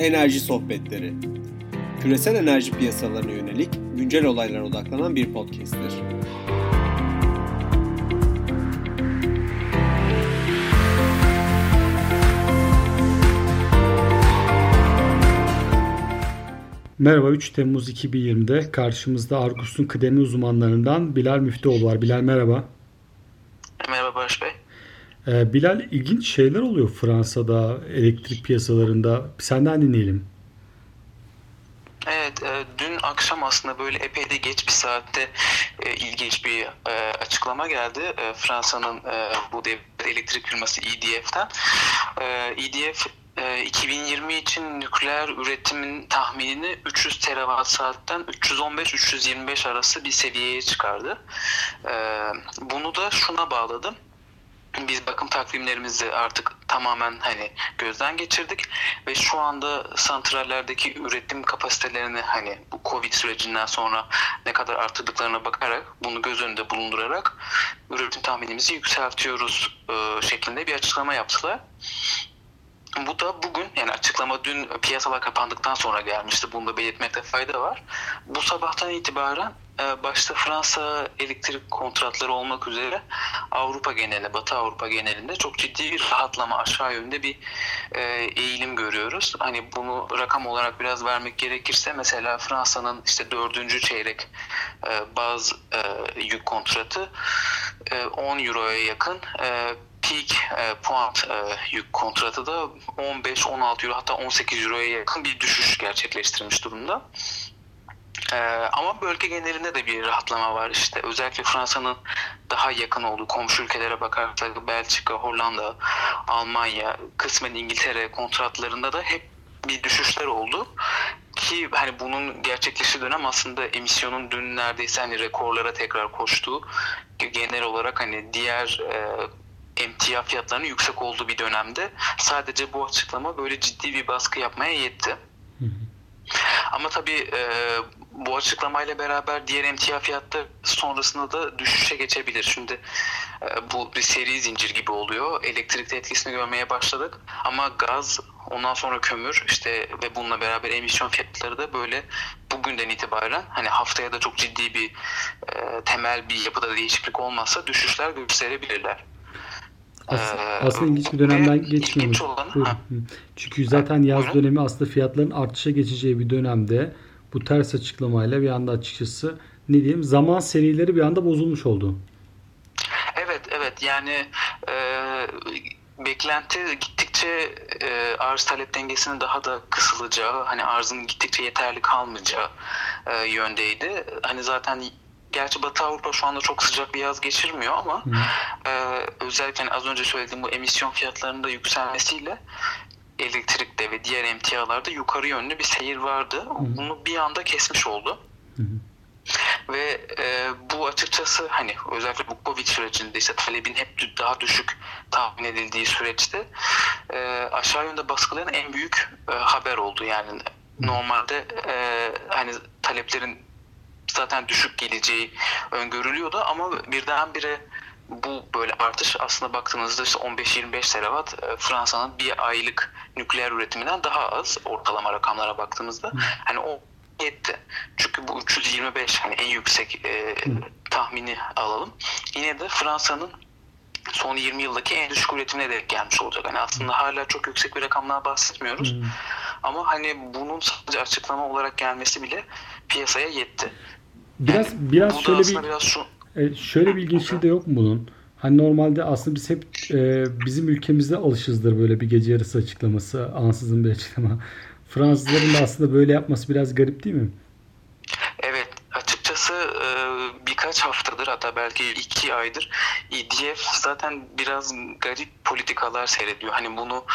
Enerji Sohbetleri. Küresel enerji piyasalarına yönelik güncel olaylara odaklanan bir podcast'tir. Merhaba, 3 Temmuz 2020'de karşımızda Argus'un kıdemli uzmanlarından Bilal Müftüoğlu var. Bilal merhaba. Merhaba Barış Bey. Bilal, ilginç şeyler oluyor Fransa'da, elektrik piyasalarında. Senden dinleyelim. Evet, dün akşam aslında böyle epey de geç bir saatte ilginç bir açıklama geldi. Fransa'nın bu dev elektrik firması EDF'den. EDF 2020 için nükleer üretimin tahminini 300 terawatt saatten 315-325 arası bir seviyeye çıkardı. Bunu da şuna bağladım. Biz bakım takvimlerimizi artık tamamen gözden geçirdik ve şu anda santrallerdeki üretim kapasitelerini bu Covid sürecinden sonra ne kadar arttırdıklarına bakarak, bunu göz önünde bulundurarak üretim tahminimizi yükseltiyoruz şeklinde bir açıklama yaptılar. Bu da bugün, yani açıklama dün piyasalar kapandıktan sonra gelmişti. Bunu da belirtmekte fayda var. Bu sabahtan itibaren başta Fransa elektrik kontratları olmak üzere Avrupa genelinde, Batı Avrupa genelinde çok ciddi bir rahatlama, aşağı yönde bir eğilim görüyoruz. Bunu rakam olarak biraz vermek gerekirse mesela Fransa'nın 4. çeyrek baz yük kontratı 10 euroya yakın, peak point yük kontratı da 15-16 euro, hatta 18 euroya yakın bir düşüş gerçekleştirmiş durumda. Ama bölge genelinde de bir rahatlama var. Özellikle Fransa'nın daha yakın olduğu komşu ülkelere bakarsak Belçika, Hollanda, Almanya, kısmen İngiltere kontratlarında da hep bir düşüşler oldu. Ki bunun gerçekleştiği dönem aslında emisyonun dün neredeyse rekorlara tekrar koştuğu, genel olarak diğer emtia fiyatlarının yüksek olduğu bir dönemde sadece bu açıklama böyle ciddi bir baskı yapmaya yetti. Ama tabii bu açıklamayla beraber diğer emtia fiyatları sonrasında da düşüşe geçebilir. Şimdi bu bir seri zincir gibi oluyor. Elektrikte etkisini görmeye başladık ama gaz, ondan sonra kömür ve bununla beraber emisyon fiyatları da böyle bugünden itibaren haftaya da çok ciddi bir temel bir yapıda değişiklik olmazsa düşüşler gösterebilirler. Aslında ilginç bir dönemden geçmiyoruz. Çünkü zaten yaz dönemi aslında fiyatların artışa geçeceği bir dönemde bu ters açıklamayla bir anda açıkçası zaman serileri bir anda bozulmuş oldu. Evet yani beklenti gittikçe arz talep dengesinin daha da kısılacağı, arzın gittikçe yeterli kalmayacağı yöndeydi. Zaten gerçi Batı Avrupa şu anda çok sıcak bir yaz geçirmiyor ama özellikle az önce söylediğim bu emisyon fiyatlarının da yükselmesiyle elektrikte ve diğer emtialarda yukarı yönlü bir seyir vardı. Bunu bir anda kesmiş oldu. Ve bu açıkçası özellikle bu Covid sürecinde talebin hep daha düşük tahmin edildiği süreçte aşağı yönde baskılayan en büyük haber oldu. Yani normalde taleplerin zaten düşük geleceği öngörülüyordu ama birdenbire bu böyle artış aslında baktığınızda 15-25 terawatt Fransa'nın bir aylık nükleer üretiminden daha az ortalama rakamlara baktığımızda o yetti. Çünkü bu 325 en yüksek tahmini alalım. Yine de Fransa'nın son 20 yıldaki en düşük üretimine denk gelmiş olacak. Aslında hala çok yüksek bir rakamdan bahsetmiyoruz. Ama bunun sadece açıklama olarak gelmesi bile piyasaya yetti. Biraz şöyle bir ilginçliği de yok mu bunun? Normalde aslında biz hep bizim ülkemizde alışızdır böyle bir gece yarısı açıklaması, ansızın bir açıklama. Fransızların da aslında böyle yapması biraz garip değil mi? Evet, açıkçası birkaç haftadır, hatta belki 2 aydır EDF zaten biraz garip politikalar seyrediyor. Bunu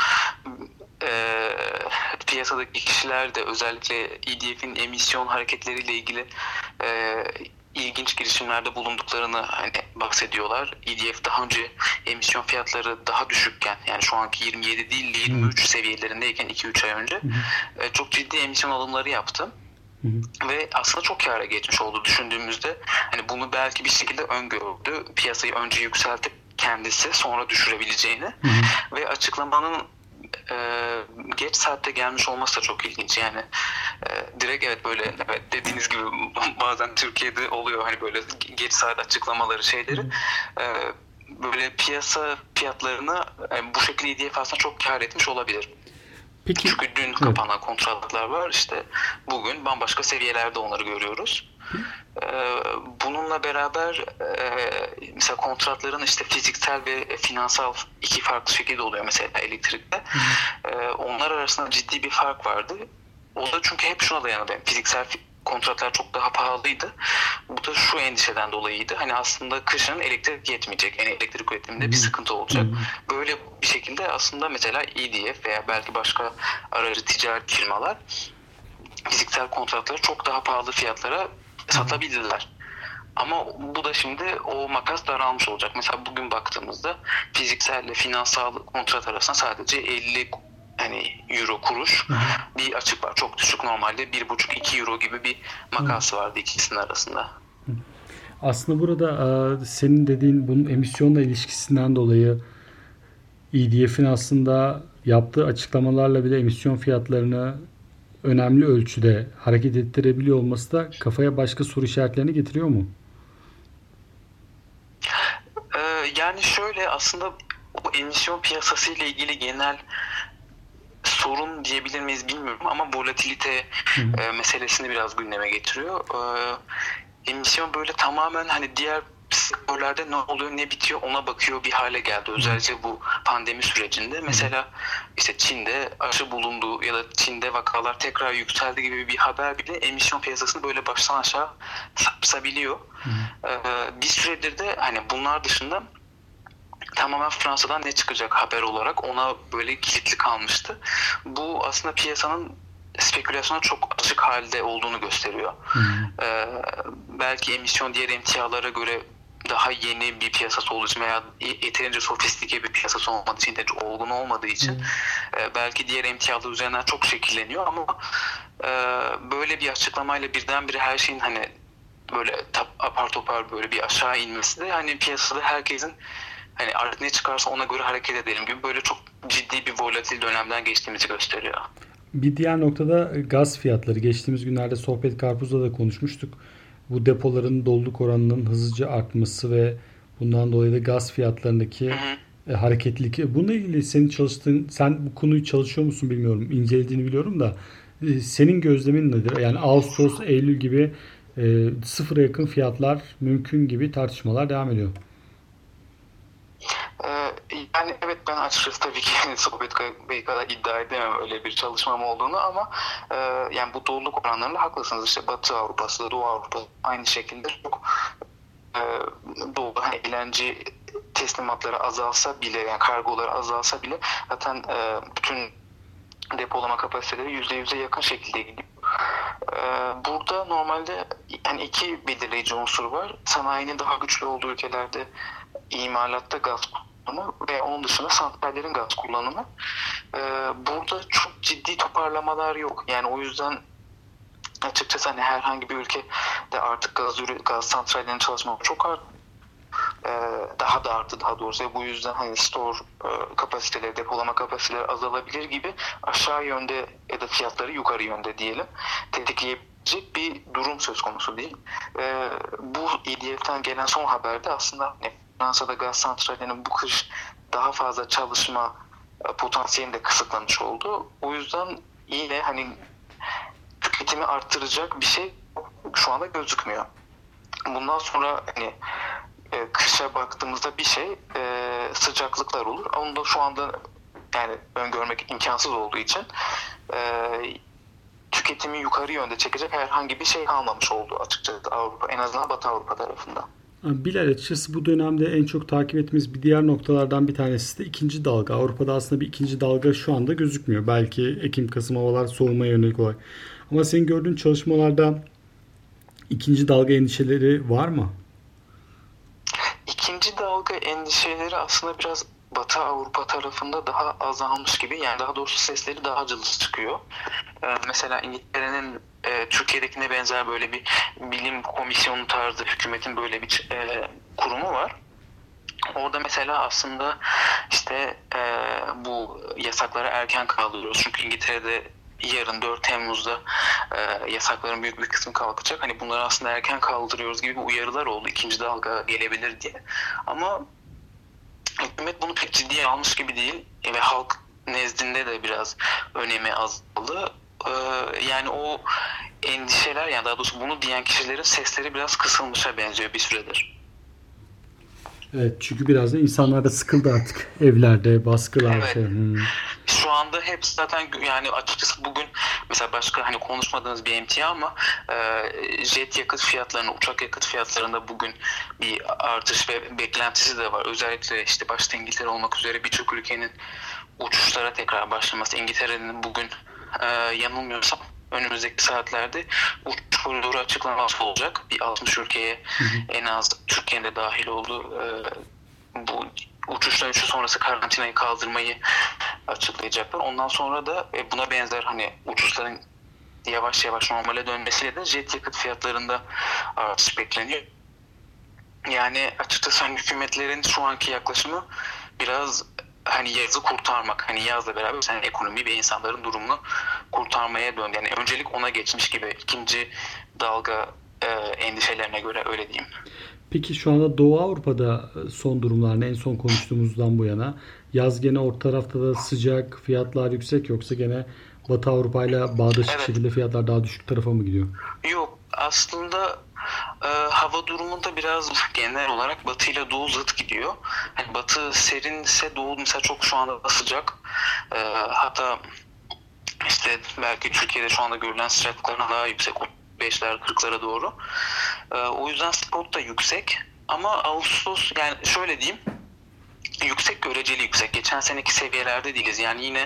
piyasadaki kişiler de özellikle EDF'in emisyon hareketleriyle ilgili ilginç girişimlerde bulunduklarını bahsediyorlar. EDF daha önce emisyon fiyatları daha düşükken, yani şu anki 27 değil 23 seviyelerindeyken 2-3 ay önce çok ciddi emisyon alımları yaptı. Ve aslında çok kâra geçmiş oldu düşündüğümüzde. Bunu belki bir şekilde öngördü. Piyasayı önce yükseltip kendisi sonra düşürebileceğini ve açıklamanın geç saatte gelmiş olması da çok ilginç. Yani direkt evet böyle evet dediğiniz gibi bazen Türkiye'de oluyor hani böyle geç saat açıklamaları şeyleri. Böyle piyasa fiyatlarını bu şekilde EDF aslında çok kâr etmiş olabilir. Peki, Çünkü dün kapanan kontratlar var. İşte bugün bambaşka seviyelerde onları görüyoruz. Bununla beraber mesela kontratların işte fiziksel ve finansal iki farklı şekilde oluyor mesela elektrikte. Onlar arasında ciddi bir fark vardı. O da çünkü hep şuna dayanıyor. Yani fiziksel kontratlar çok daha pahalıydı. Bu da şu endişeden dolayıydı. Hani aslında kışın elektrik yetmeyecek. Yani elektrik üretiminde bir sıkıntı olacak. Böyle bir şekilde aslında mesela EDF veya belki başka aracı ticari firmalar fiziksel kontratları çok daha pahalı fiyatlara satabilirler. Ama bu da şimdi o makas daralmış olacak. Mesela bugün baktığımızda fizikselle finansal kontrat arasında sadece 50 euro kuruş bir açık var. Çok düşük, normalde 1,5-2 euro gibi bir makas vardı ikisinin arasında. Aslında burada senin dediğin bunun emisyonla ilişkisinden dolayı EDF'in aslında yaptığı açıklamalarla bile emisyon fiyatlarını önemli ölçüde hareket ettirebiliyor olması da kafaya başka soru işaretlerini getiriyor mu? Yani şöyle, aslında o emisyon piyasası ile ilgili genel sorun diyebilir miyiz bilmiyorum ama volatilite meselesini biraz gündeme getiriyor. Emisyon böyle tamamen hani diğer sektörlerde ne oluyor ne bitiyor ona bakıyor bir hale geldi. Özellikle bu pandemi sürecinde. Mesela işte Çin'de aşı bulundu ya da Çin'de vakalar tekrar yükseldi gibi bir haber bile emisyon piyasasını böyle baştan aşağı sarsabiliyor. Bir süredir de hani bunlar dışında tamamen Fransa'dan ne çıkacak haber olarak ona böyle kilitli kalmıştı. Bu aslında piyasanın spekülasyona çok açık halde olduğunu gösteriyor. Belki emisyon diğer emtialara göre daha yeni bir piyasası olduğu için veya yeterince sofistike bir piyasası olmadığı için, yeterince olgun olmadığı için belki diğer emtialar üzerinden çok şekilleniyor ama böyle bir açıklamayla birdenbire her şeyin hani böyle apar topar böyle bir aşağı inmesi de hani piyasada herkesin hani artık ne çıkarsa ona göre hareket edelim gibi böyle çok ciddi bir volatil dönemden geçtiğimizi gösteriyor. Bir diğer noktada gaz fiyatları. Geçtiğimiz günlerde Sohbet Karpuz'da da konuşmuştuk. Bu depoların doluluk oranının hızlıca artması ve bundan dolayı da gaz fiyatlarındaki hareketlilik. Bununla ilgili sen bu konuyu çalışıyor musun bilmiyorum. İncelediğini biliyorum da senin gözlemin nedir? Yani Ağustos, Eylül gibi sıfıra yakın fiyatlar mümkün gibi tartışmalar devam ediyor. Yani evet, ben açıkçası tabii ki Sohbet Bey kadar iddia edemem öyle bir çalışmam olduğunu ama yani bu doluluk oranlarında haklısınız. İşte Batı Avrupa'sı, Doğu Avrupa aynı şekilde çok dolu, hani eğlence teslimatları azalsa bile, yani kargoları azalsa bile zaten bütün depolama kapasiteleri %100'e yakın şekilde gidiyor. Burada normalde yani iki belirleyici unsur var. Sanayinin daha güçlü olduğu ülkelerde imalatta gaz kullanımı ve onun dışında santrallerin gaz kullanımı. Burada çok ciddi toparlamalar yok. Yani o yüzden açıkçası hani herhangi bir ülkede artık gaz santrallerinin çalışması çok arttı. Daha da arttı daha doğrusu. Bu yüzden hani store kapasiteleri, depolama kapasiteleri azalabilir gibi aşağı yönde ya da fiyatları yukarı yönde diyelim tetikleyebilecek bir durum söz konusu değil. Bu EDF'den gelen son haberde aslında hani Fransa'da gaz santrallerinin bu kış daha fazla çalışma potansiyelini de kısıtlamış oldu. O yüzden yine hani tüketimi arttıracak bir şey şu anda gözükmüyor. Bundan sonra hani kışa baktığımızda bir şey sıcaklıklar olur. Onu da şu anda yani öngörmek imkansız olduğu için tüketimi yukarı yönde çekecek herhangi bir şey kalmamış oldu açıkçası Avrupa, en azından Batı Avrupa tarafında. Bilal, açıkçası bu dönemde en çok takip ettiğimiz bir diğer noktalardan bir tanesi de ikinci dalga. Avrupa'da aslında bir ikinci dalga şu anda gözükmüyor. Belki Ekim-Kasım havalar soğumaya yönelik olarak. Ama senin gördüğün çalışmalarda ikinci dalga endişeleri var mı? İkinci dalga endişeleri aslında biraz Batı Avrupa tarafında daha azalmış gibi. Yani daha doğrusu sesleri daha cılız çıkıyor. Mesela İngiltere'nin Türkiye'dekine benzer böyle bir bilim komisyonu tarzı hükümetin böyle bir kurumu var. Orada mesela mesela aslında işte bu yasakları erken kaldırıyoruz. Çünkü İngiltere'de yarın 4 Temmuz'da yasakların büyük bir kısmı kalkacak. Hani bunları aslında erken kaldırıyoruz gibi bir uyarılar oldu. İkinci dalga gelebilir diye. Ama hükümet bunu pek ciddiye almış gibi değil. Ve halk nezdinde de biraz önemi azaldı. Yani o endişeler, yani daha doğrusu bunu diyen kişilerin sesleri biraz kısılmışa benziyor bir süredir. Evet, çünkü biraz da insanlar da sıkıldı artık evlerde baskılar. Evet. Şu anda hep zaten, yani açıkçası bugün mesela başka hani konuşmadığımız bir emtia ama jet yakıt fiyatlarında, uçak yakıt fiyatlarında bugün bir artış ve beklentisi de var. Özellikle işte başta İngiltere olmak üzere birçok ülkenin uçuşlara tekrar başlaması. İngiltere'nin bugün yanılmıyorsam önümüzdeki saatlerde uçuş koridoru açıklaması olacak. Bir 60 ülkeye, en az Türkiye'nin de dahil olduğu bu uçuş dönüşü sonrası karantinayı kaldırmayı açıklayacaklar. Ondan sonra da buna benzer hani uçuşların yavaş yavaş normale dönmesiyle de jet yakıt fiyatlarında artış bekleniyor. Yani açıkçası hani hükümetlerin şu anki yaklaşımı biraz hani yazı kurtarmak, hani yazla beraber sen ekonomi ve insanların durumunu kurtarmaya döndü. Yani öncelik ona geçmiş gibi, ikinci dalga endişelerine göre, öyle diyeyim. Peki şu anda Doğu Avrupa'da son durumlar ne? En son konuştuğumuzdan bu yana. Yaz gene orta tarafta da sıcak, fiyatlar yüksek, yoksa gene Batı Avrupa ile bağdaşık şekilde fiyatlar daha düşük tarafa mı gidiyor? Yok, aslında hava durumunda biraz genel olarak Batı ile Doğu zıt gidiyor. Hani Batı serinse Doğu mesela çok şu anda sıcak. Hatta işte belki Türkiye'de şu anda görülen sıcaklıklarına daha yüksek, 35'ler 40'lara doğru. O yüzden spot da yüksek. Ama Ağustos, yani şöyle diyeyim, yüksek, göreceli yüksek. Geçen seneki seviyelerde değiliz. Yani yine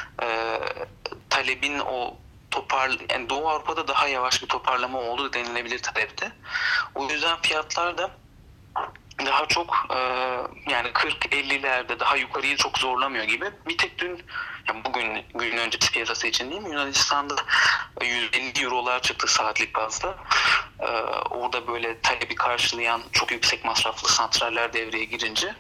talebin o yani Doğu Avrupa'da daha yavaş bir toparlama oldu denilebilir talepte. O yüzden fiyatlar da daha çok yani 40-50'lerde daha yukarıyı çok zorlamıyor gibi. Bir tek dün, yani bugün gün öncesi piyasası için değil mi, Yunanistan'da 150 eurolar çıktı saatlik bazda. Orada böyle talebi karşılayan çok yüksek masraflı santraller devreye girince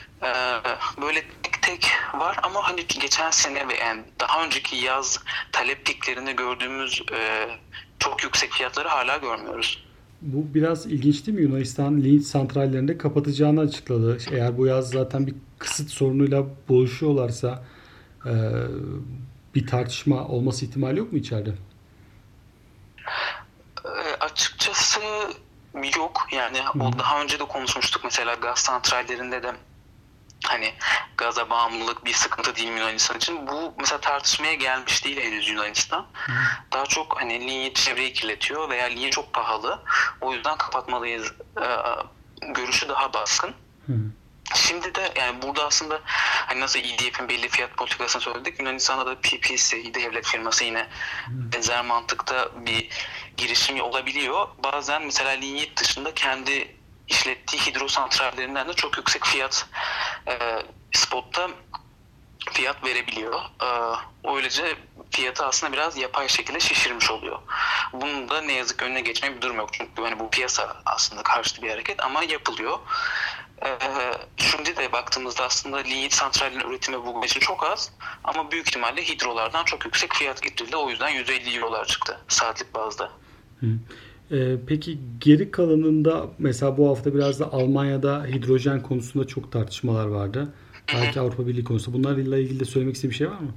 böyle tek var ama hani geçen sene ve yani daha önceki yaz talep piklerinde gördüğümüz çok yüksek fiyatları hala görmüyoruz. Bu biraz ilginç değil mi? Yunanistan Linyit santrallerinde kapatacağını açıkladı. Eğer bu yaz zaten bir kısıt sorunuyla boğuşuyorlarsa bir tartışma olması ihtimali yok mu içeride? Açıkçası yok. Yani o daha önce de konuşmuştuk, mesela gaz santrallerinde de hani gaza bağımlılık bir sıkıntı değil Yunanistan için. Bu mesela tartışmaya gelmiş değil henüz Yunanistan. Daha çok hani linyit çevreyi kirletiyor veya linyit çok pahalı. O yüzden kapatmalıyız görüşü daha baskın. Şimdi de yani burada aslında hani nasıl EDF'in belli fiyat politikasını söyledik, Yunanistan'da da PPC, devlet firması, yine benzer mantıkta bir girişim olabiliyor. Bazen mesela linyit dışında kendi işlettiği hidrosantrallerinden de çok yüksek fiyat spotta fiyat verebiliyor. Öylece fiyatı aslında biraz yapay şekilde şişirmiş oluyor. Bunun da ne yazık ki önüne geçmeye bir durum yok. Çünkü hani bu piyasa aslında karşıtı bir hareket ama yapılıyor. Şimdi de baktığımızda aslında linyit santrallerin üretimi bugün için çok az ama büyük ihtimalle hidrolardan çok yüksek fiyat getirildi. O yüzden 150 eurolar çıktı saatlik bazda. Peki geri kalanında mesela bu hafta biraz da Almanya'da hidrojen konusunda çok tartışmalar vardı. Belki Avrupa Birliği konusunda. Bunlarla ilgili de söylemek istediğim bir şey var mı?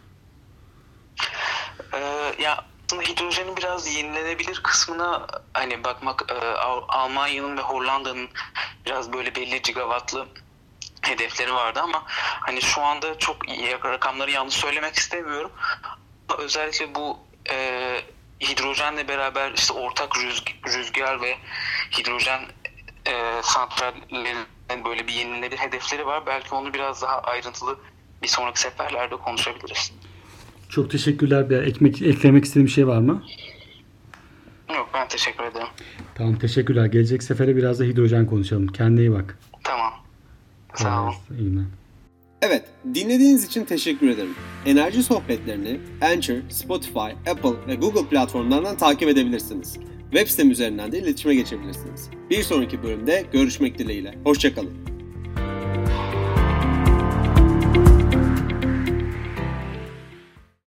Ya aslında hidrojenin biraz yenilenebilir kısmına hani bakmak, Almanya'nın ve Hollanda'nın biraz böyle belli gigawattlı hedefleri vardı ama hani şu anda çok iyi rakamları yanlış söylemek istemiyorum. Özellikle bu hidrojenle beraber işte ortak rüzgar ve hidrojen santrallerin böyle bir yenilenebilir hedefleri var. Belki onu biraz daha ayrıntılı bir sonraki seferlerde konuşabiliriz. Çok teşekkürler. Eklemek istediğim bir şey var mı? Yok, ben teşekkür ederim. Tamam, teşekkürler. Gelecek sefere biraz da hidrojen konuşalım. Kendine iyi bak. Tamam. Sağ olun. İyi günler. Evet, dinlediğiniz için teşekkür ederim. Enerji sohbetlerini Anchor, Spotify, Apple ve Google platformlarından takip edebilirsiniz. Web sitem üzerinden de iletişime geçebilirsiniz. Bir sonraki bölümde görüşmek dileğiyle. Hoşça kalın.